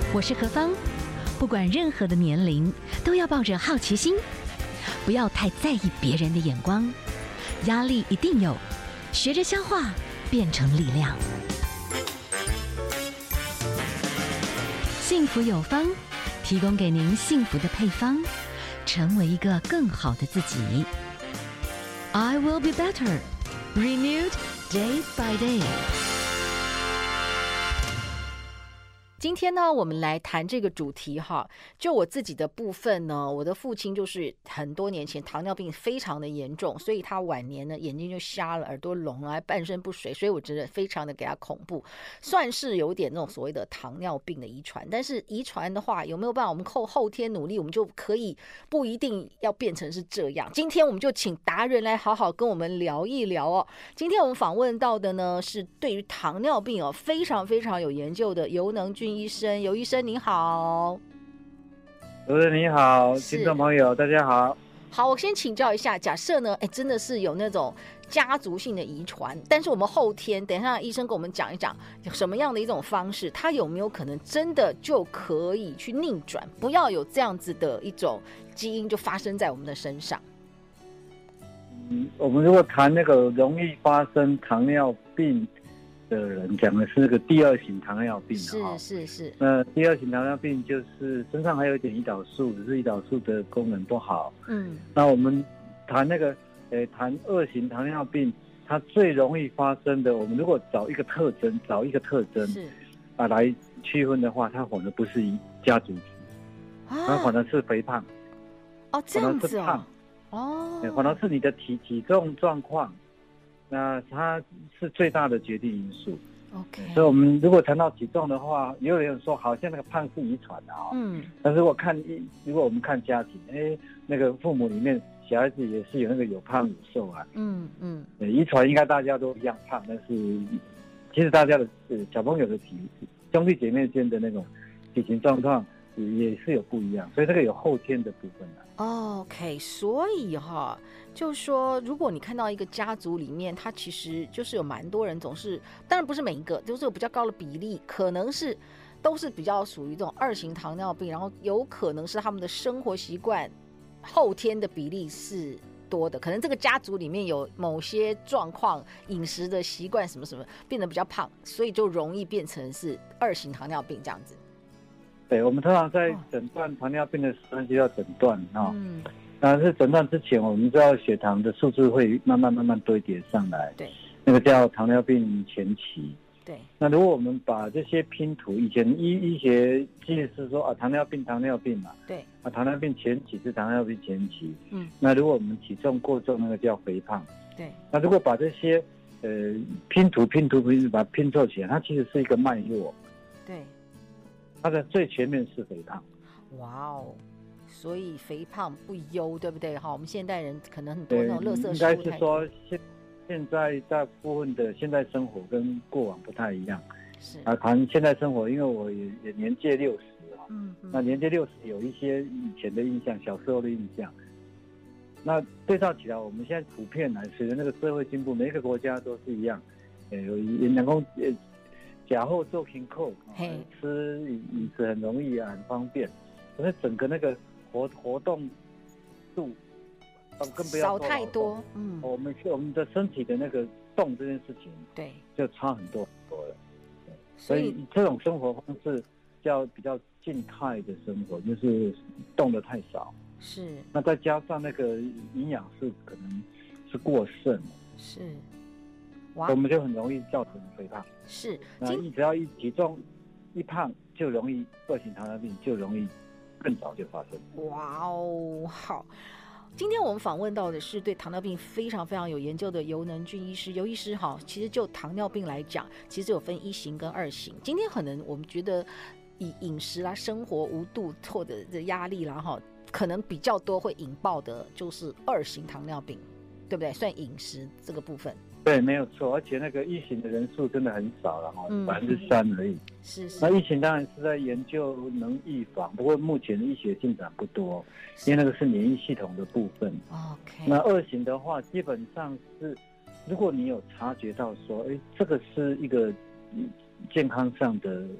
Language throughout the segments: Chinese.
我是何芳，不管任何的年龄，都要抱着好奇心，不要太在意别人的眼光，压力一定有，学着消化，变成力量。幸福有方，提供给您幸福的配方，成为一个更好的自己。I will be better, renewed day by day。今天呢，我们来谈这个主题哈。就我自己的部分呢，我的父亲就是很多年前糖尿病非常的严重，所以他晚年呢眼睛就瞎了，耳朵聋了，还半身不遂，所以我觉得非常的给他恐怖，算是有点那种所谓的糖尿病的遗传。但是遗传的话，有没有办法我们后天努力，我们就可以不一定要变成是这样。今天我们就请达人来好好跟我们聊一聊哦。今天我们访问到的呢是对于糖尿病哦非常非常有研究的尤能俊医生。尤医生您好。 主持人你好，听众朋友大家好。 好，我先请教一下，假设呢真的是有那种家族性的遗传，但是我们后天等一下医生跟我们讲一讲有什么样的一种方式，它有没有可能真的就可以去逆转，不要有这样子的一种基因就发生在我们的身上。 我们如果谈那个容易发生糖尿病的人，讲的是那个第二型糖尿病。 是。 那第二型糖尿病就是身上还有一点胰岛素，只是胰岛素的功能不好。那我们谈那个谈二型糖尿病，它最容易发生的，我们如果找一个特征来区分的话，它反而不是家族史，它反而是肥胖。 这样子反而是你的体重状况，那它是最大的决定因素。 OK， 所以我们如果谈到体重的话，也有人说好像那个胖是遗传的但是如果我们看家庭，那个父母里面小孩子也是有那个有胖有瘦啊。遗传应该大家都一样胖，但是其实大家的小朋友的兄弟姐妹间的那种体型状况也是有不一样，所以这个有后天的部分 OK， 所以就是说，如果你看到一个家族里面，它其实就是有蛮多人总是，当然不是每一个，就是有比较高的比例，可能是都是比较属于这种二型糖尿病，然后有可能是他们的生活习惯后天的比例是多的，可能这个家族里面有某些状况，饮食的习惯什么什么变得比较胖，所以就容易变成是二型糖尿病这样子。 对，我们通常在诊断糖尿病的时候就要诊断但是诊断之前，我们知道血糖的数字会慢慢堆叠上来， 对， 那个叫糖尿病前期。 对， 那如果我们把这些拼图，以前医学界是说糖尿病嘛， 对， 糖尿病前期是糖尿病前期，那如果我们体重过重，那个叫肥胖， 对，那如果把这些拼图把它拼凑起来，它其实是一个脉络， 对， 它的最前面是肥胖。 哇哦，所以肥胖不优，对不对？我们现代人可能很多那种垃圾食物应该是说现在大部分的现代生活跟过往不太一样。是谈现代生活，因为我也年届60那年届60有一些以前的印象，小时候的印象。那对照起来，我们现在普遍来，随着那个社会进步，每一个国家都是一样，有人工假后做轻扣，吃饮食很容易很方便，可是整个那个活动度更不要说少太多。 我们的身体的那个动这件事情，对，就差很多了。所以这种生活方式叫比较静态的生活，就是动得太少。是。那再加上那个营养素可能是过剩。是。我们就很容易造成肥胖。是。那只要体重一胖，就容易二型糖尿病就容易更早就发生。 哇哦，好。今天我们访问到的是对糖尿病非常非常有研究的尤能俊医师。尤医师其实就糖尿病来讲，其实有分1型跟2型。今天可能我们觉得以饮食啦、生活无度或者的压力啦可能比较多会引爆的就是2型糖尿病，对不对？算饮食这个部分。 对，没有错，而且那个1型的人数真的很少了3%而已。是。那1型当然是在研究能预防，不过目前的医学进展不多，因为那个是免疫系统的部分。OK。那2型的话，基本上是，如果你有察觉到说，这个是一个健康上的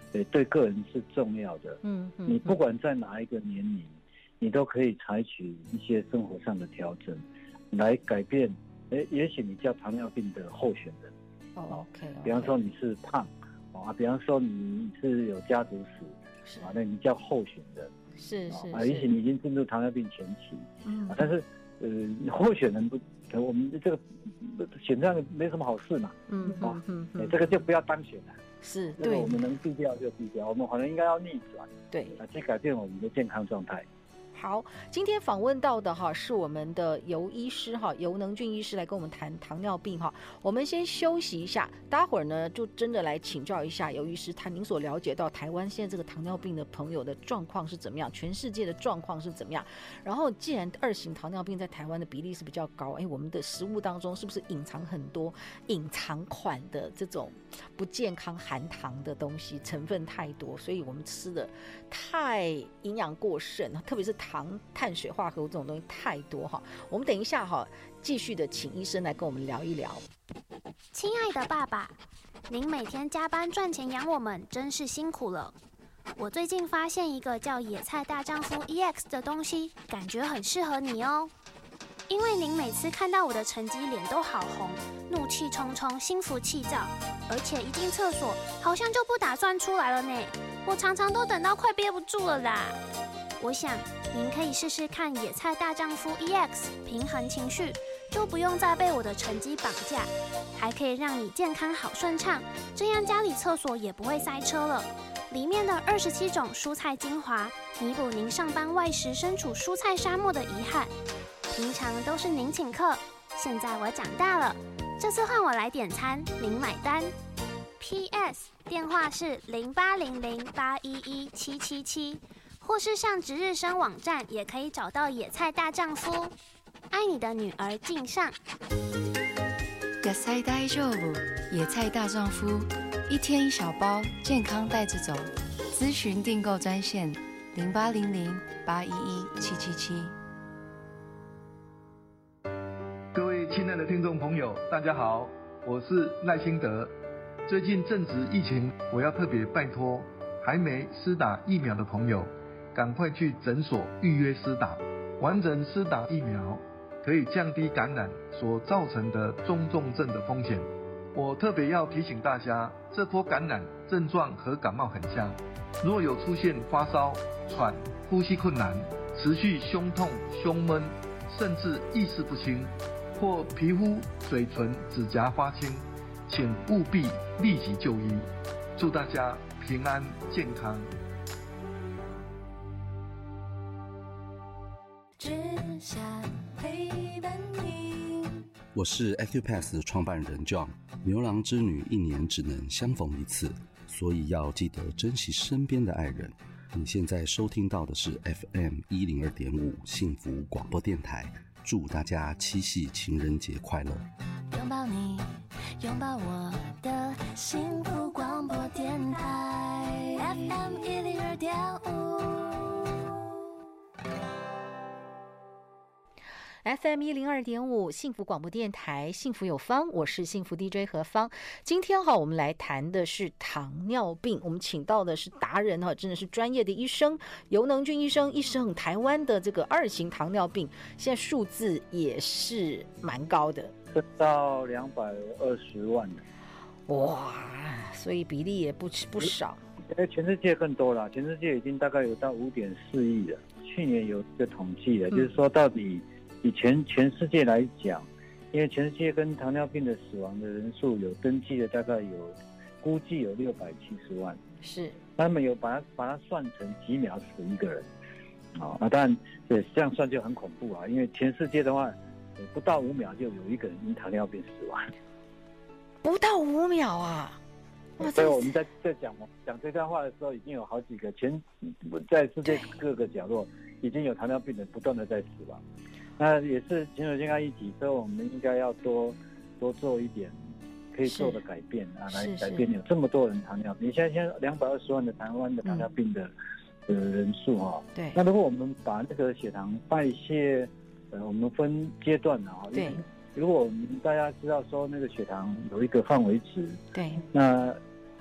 对个人是重要的。你不管在哪一个年龄，你都可以采取一些生活上的调整，来改变。也许你叫糖尿病的候选人。 OK， 比方说你是胖比方说你是有家族史那你叫候选人。 是也许你已经进入糖尿病前期。但是候选人我们这个选上没什么好事嘛。这个就不要当选了。 是， 对，我们能避掉就避掉，我们可能应该要逆转， 对， 去改变我们的健康状态。 好，今天访问到的是我们的尤医师尤能俊医师来跟我们谈糖尿病我们先休息一下，待会儿呢就真的来请教一下尤医师，谈您所了解到台湾现在这个糖尿病的朋友的状况是怎么样，全世界的状况是怎么样。然后既然2型糖尿病在台湾的比例是比较高，我们的食物当中是不是隐藏很多隐藏款的这种不健康含糖的东西，成分太多，所以我们吃的太营养过剩，特别是碳水化合物这种东西太多我们等一下继续的请医生来跟我们聊一聊。 亲爱的爸爸，您每天加班赚钱养我们真是辛苦了。我最近发现一个叫野菜大丈夫 EX 的东西，感觉很适合你哦。因为您每次看到我的成绩脸都好红，怒气冲冲，心浮气躁，而且一进厕所好像就不打算出来了呢，我常常都等到快憋不住了啦。我想您可以试试看野菜大丈夫 EX 平衡情绪，就不用再被我的成绩绑架，还可以让你健康好顺畅，这样家里厕所也不会塞车了。里面的27种蔬菜精华，弥补您上班外食身处蔬菜沙漠的遗憾。平常都是您请客，现在我长大了，这次换我来点餐，您买单。PS 电话是0800811777，或是上值日生网站也可以找到野菜大丈夫。爱你的女儿敬上。 野菜大丈夫，野菜大丈夫，1天1小包，健康带着走。咨询订购专线0800811777。 各位亲爱的听众朋友，大家好，我是赖清德。最近正值疫情，我要特别拜托还没施打疫苗的朋友，赶快去诊所预约施打。完整施打疫苗可以降低感染所造成的中重症的风险。我特别要提醒大家，这波感染症状和感冒很像，若有出现发烧、喘、呼吸困难、持续胸痛、胸闷，甚至意识不清，或皮肤、嘴唇、指甲发青，请务必立即就医。祝大家平安健康。 只想陪伴你。 我是 Acupass 的创办人 John。牛郎织女1年只能相逢1次，所以要记得珍惜身边的爱人。你现在收听到的是 FM102.5 幸福广播电台，祝大家7夕情人节快乐！ 拥抱你，拥抱我的幸福广播电台 FM102.5 幸福广播电台，幸福有方，我是幸福 DJ 何芳。今天我们来谈的是糖尿病，我们请到的是达人真的是专业的医生，尤能俊医生。台湾的这个2型糖尿病现在数字也是蛮高的， 到220万了。 哇，所以比例也不少。 全世界更多了，全世界已经大概有到5.4亿了。去年有一个统计了，就是说到底以全世界来讲，因为全世界跟糖尿病的死亡的人数有登记的，大概估计有670万。 是， 他们有把它算成几秒死一个人，当然这样算就很恐怖啊，因为全世界的话，不到5秒就有一个人因糖尿病死亡。 不到5秒啊！ 所以我们在讲这段话的时候，已经有好几个在世界各个角落已经有糖尿病人不断的在死亡。那也是全球健康议题，所以我们应该要多做一点可以做的改变来改变有这么多人糖尿病。现在220万的台湾的糖尿病的人数对。 那如果我们把那个血糖代谢我们分阶段对。 如果我们大家知道说那个血糖有一个范围值， 对， 那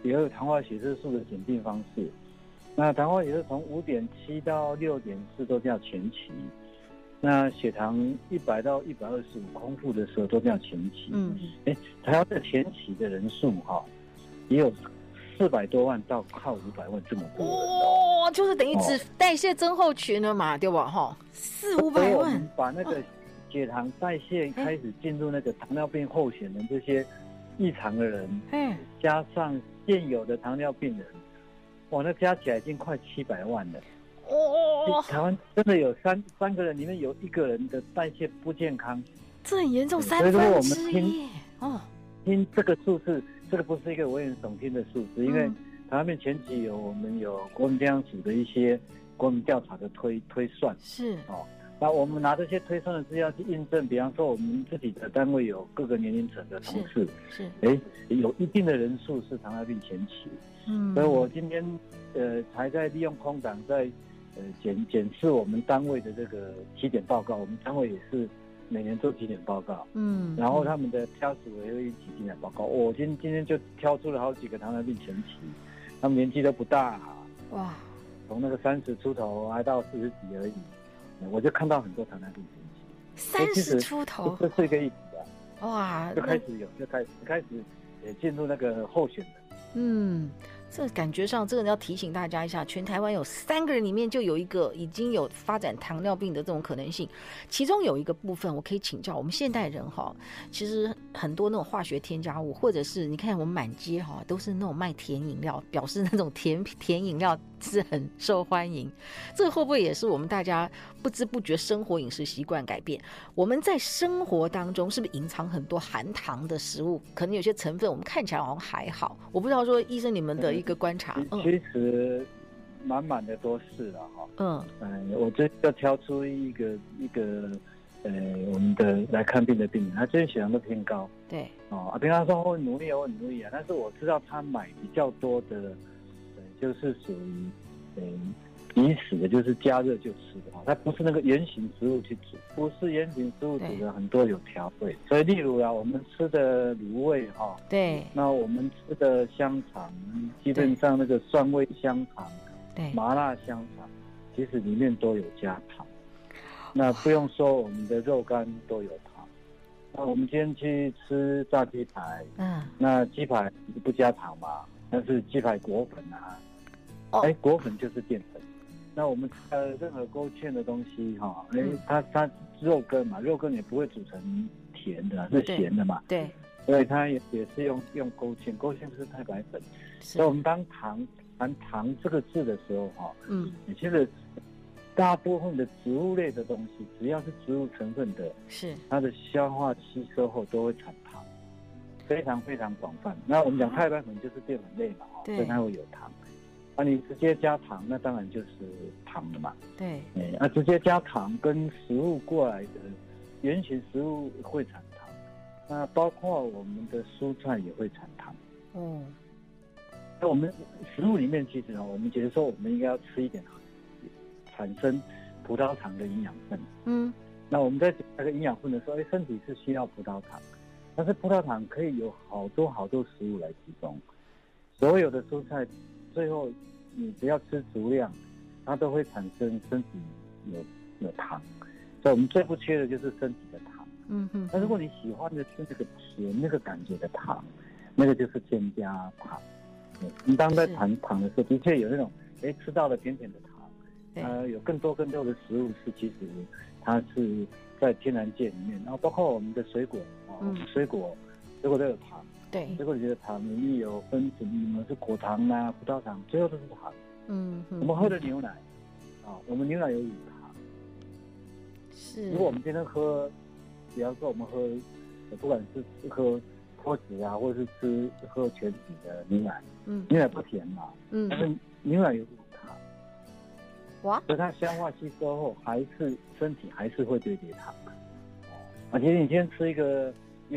也有糖化血色素的检定方式。那糖化血色从5.7到6.4都叫前期，那血糖100到125空腹的时候都叫前期。台湾的前期的人数也有400多万到靠500万这么多人就是等于脂代谢症候群了嘛，对吧？400-500万。 我们把那个血糖代谢开始进入那个糖尿病候选人这些异常的人，加上现有的糖尿病人，那加起来已经快700万了。台湾真的有三个人里面有1个人的代谢不健康， 这很严重，1/3。 所以说我们听这个数字，这个不是一个危言耸听的数字，因为糖尿病前期我们有国民健康署的一些国民调查的推算， 是那我们拿这些推算的资料去印证，比方说我们自己的单位有各个年龄层的同事，有一定的人数是糖尿病前期。所以我今天还在利用空档在检视我们单位的这个体检报告。我们单位也是每年做体检报告，然后他们的家属也会一起进来报告。我今天就挑出了好几个糖尿病前期，他们年纪都不大，从那个30出头还到40几而已。我就看到很多糖尿病前期 ，30出头， 这是一个意思就开始也进入那个候选人。 这感觉上，这个要提醒大家一下，全台湾有3个人里面就有1个已经有发展糖尿病的这种可能性。其中有一个部分，我可以请教我们现代人其实很多那种化学添加物，或者是你看我们满街都是那种卖甜饮料，表示那种甜饮料是很受欢迎。这个会不会也是我们大家不知不觉生活饮食习惯改变？我们在生活当中是不是隐藏很多含糖的食物？可能有些成分我们看起来好像还好，我不知道说医生你们的一个观察。 其实满满的都是了我这要挑出一个我们的来看病的病人，他最近血糖都偏高。 对平常说我很努力但是我知道他买比较多的就是属于即食的，就是加热就吃的它不是那个原型食物去煮，不是原型食物煮的很多有调味。所以例如我们吃的卤味对， 那我们吃的香肠基本上那个蒜味香肠，对，麻辣香肠其实里面都有加糖。那不用说我们的肉干都有糖。那我们今天去吃炸鸡排，那鸡排不加糖嘛，但是鸡排裹粉裹粉就是淀粉。那我们任何勾芡的东西它肉羹嘛，肉羹也不会煮成甜的，是咸的嘛， 对， 所以它也是用勾芡，勾芡就是太白粉。所以我们当含糖这个字的时候其实大部分的植物类的东西，只要是植物成分的，它的消化吸收后都会产糖，非常非常广泛。那我们讲太白粉就是淀粉类嘛，所以它会有糖。你直接加糖，那当然就是糖了嘛。 对， 直接加糖跟食物过来的原型食物会产糖，那包括我们的蔬菜也会产糖。那我们食物里面其实我们觉得说我们应该要吃一点产生葡萄糖的营养分。那我们在那个营养分的时候，身体是需要葡萄糖，但是葡萄糖可以有好多好多食物来提供。所有的蔬菜最后你只要吃足量，它都会产生身体有糖，所以我们最不缺的就是身体的糖。但如果你喜欢的是那个甜那个感觉的糖，那个就是添加糖。你当在谈糖的时候，的确有那种吃到了甜甜的糖，有更多的食物是其实它是在天然界里面，然后包括我们的水果水果都有糖。 对， 水果里的糖里面有分子，你们是果糖葡萄糖，最后都是糖。我们喝的牛奶我们牛奶有乳糖。如果我们今天喝，比方说我们喝，不管是喝脱脂或者是喝全脂的牛奶，牛奶不甜嘛，但是牛奶有乳糖，所以它消化吸收后，身体还是会堆叠糖。其实你今天吃一个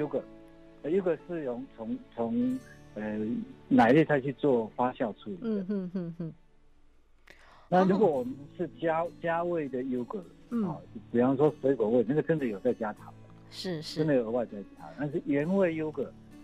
yogurt是从奶类再去做发酵处理的。那如果我们是加味的 yogurt，比方说水果味，那个真的有在加糖的，真的有额外在加。但是原味 yogurt，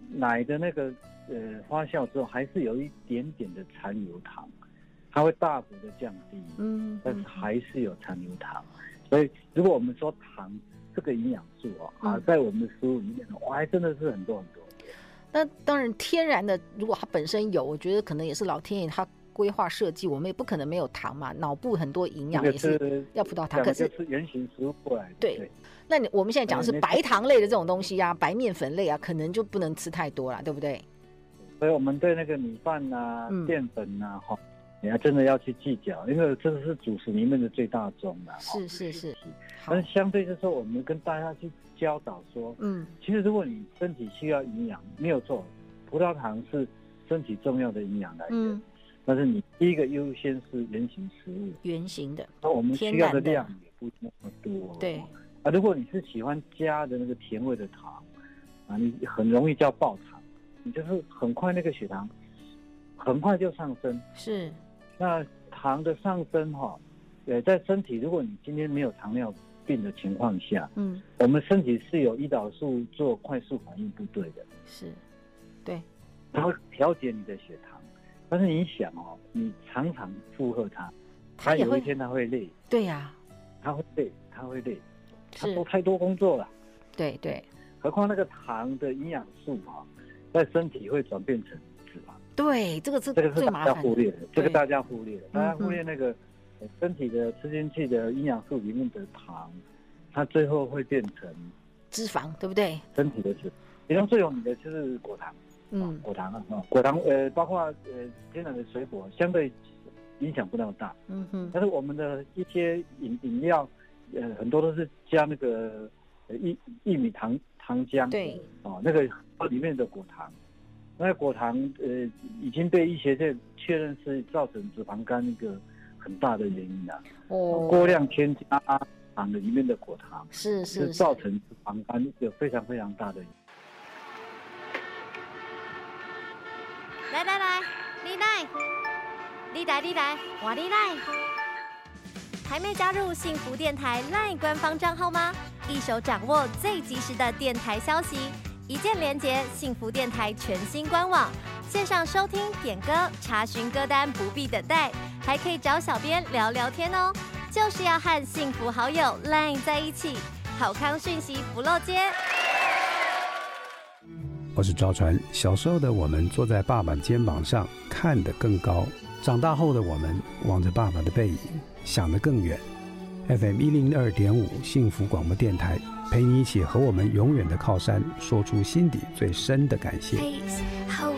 奶的那个发酵之后，还是有一点点的残留糖，它会大幅的降低，但是还是有残留糖。所以如果我们说糖这个营养素在我们的食物里面，还真的是很多很多。 那当然，天然的如果它本身有，我觉得可能也是老天爷他规划设计，我们也不可能没有糖嘛。脑部很多营养也是要葡萄糖，可是原型食物过来的。 对，那我们现在讲的是白糖类的这种东西啊，白面粉类啊，可能就不能吃太多了，对不对？ 所以我们对那个米饭啊、淀粉啊，你还真的要去计较，因为这个是主食里面的最大宗了。 是。 但是相对就是说，我们跟大家去教导说，其实如果你身体需要营养，没有错，葡萄糖是身体重要的营养来源。但是你第一个优先是原型食物， 原型的， 那我们需要的量也不那么多。 对如果你是喜欢加的那个甜味的糖你很容易叫爆糖，你就是很快那个血糖很快就上升。 是， 那糖的上升在身体，如果你今天没有糖尿病的情况下，我们身体是有胰岛素做快速反应部队的。 是，对， 它会调节你的血糖。但是你想你常常负荷它有一天它会累。 对呀， 它会累，它做太多工作了。 对， 何况那个糖的营养素在身体会转变成脂肪。 对，这个是最麻烦的。 这个大家忽略了，大家忽略那个身体的吃进去的营养素里面的糖，它最后会变成脂肪，对不对？ 身体的脂肪，其中最有名的就是果糖。果糖包括天然的水果，相对影响不那么大。但是我们的一些饮料，很多都是加那个薏米糖浆。 对。 那个里面的果糖，那果糖已经被医学界确认是造成脂肪肝一个很大的原因了。过量添加糖的里面的果糖是造成脂肪肝一个非常非常大的原因。 来，你来，我你来。还没加入幸福电台 LINE 官方账号吗？一手掌握最及时的电台消息，一键连结幸福电台全新官网，线上收听、点歌、查询歌单不必等待，还可以找小编聊聊天哦。就是要和幸福好友 LINE 在一起，好康讯息不漏接。 我是赵传，小时候的我们坐在爸爸肩膀上看得更高，长大后的我们望着爸爸的背影想得更远。 FM 102.5幸福广播电台，陪你一起和我们永远的靠山说出心底最深的感谢。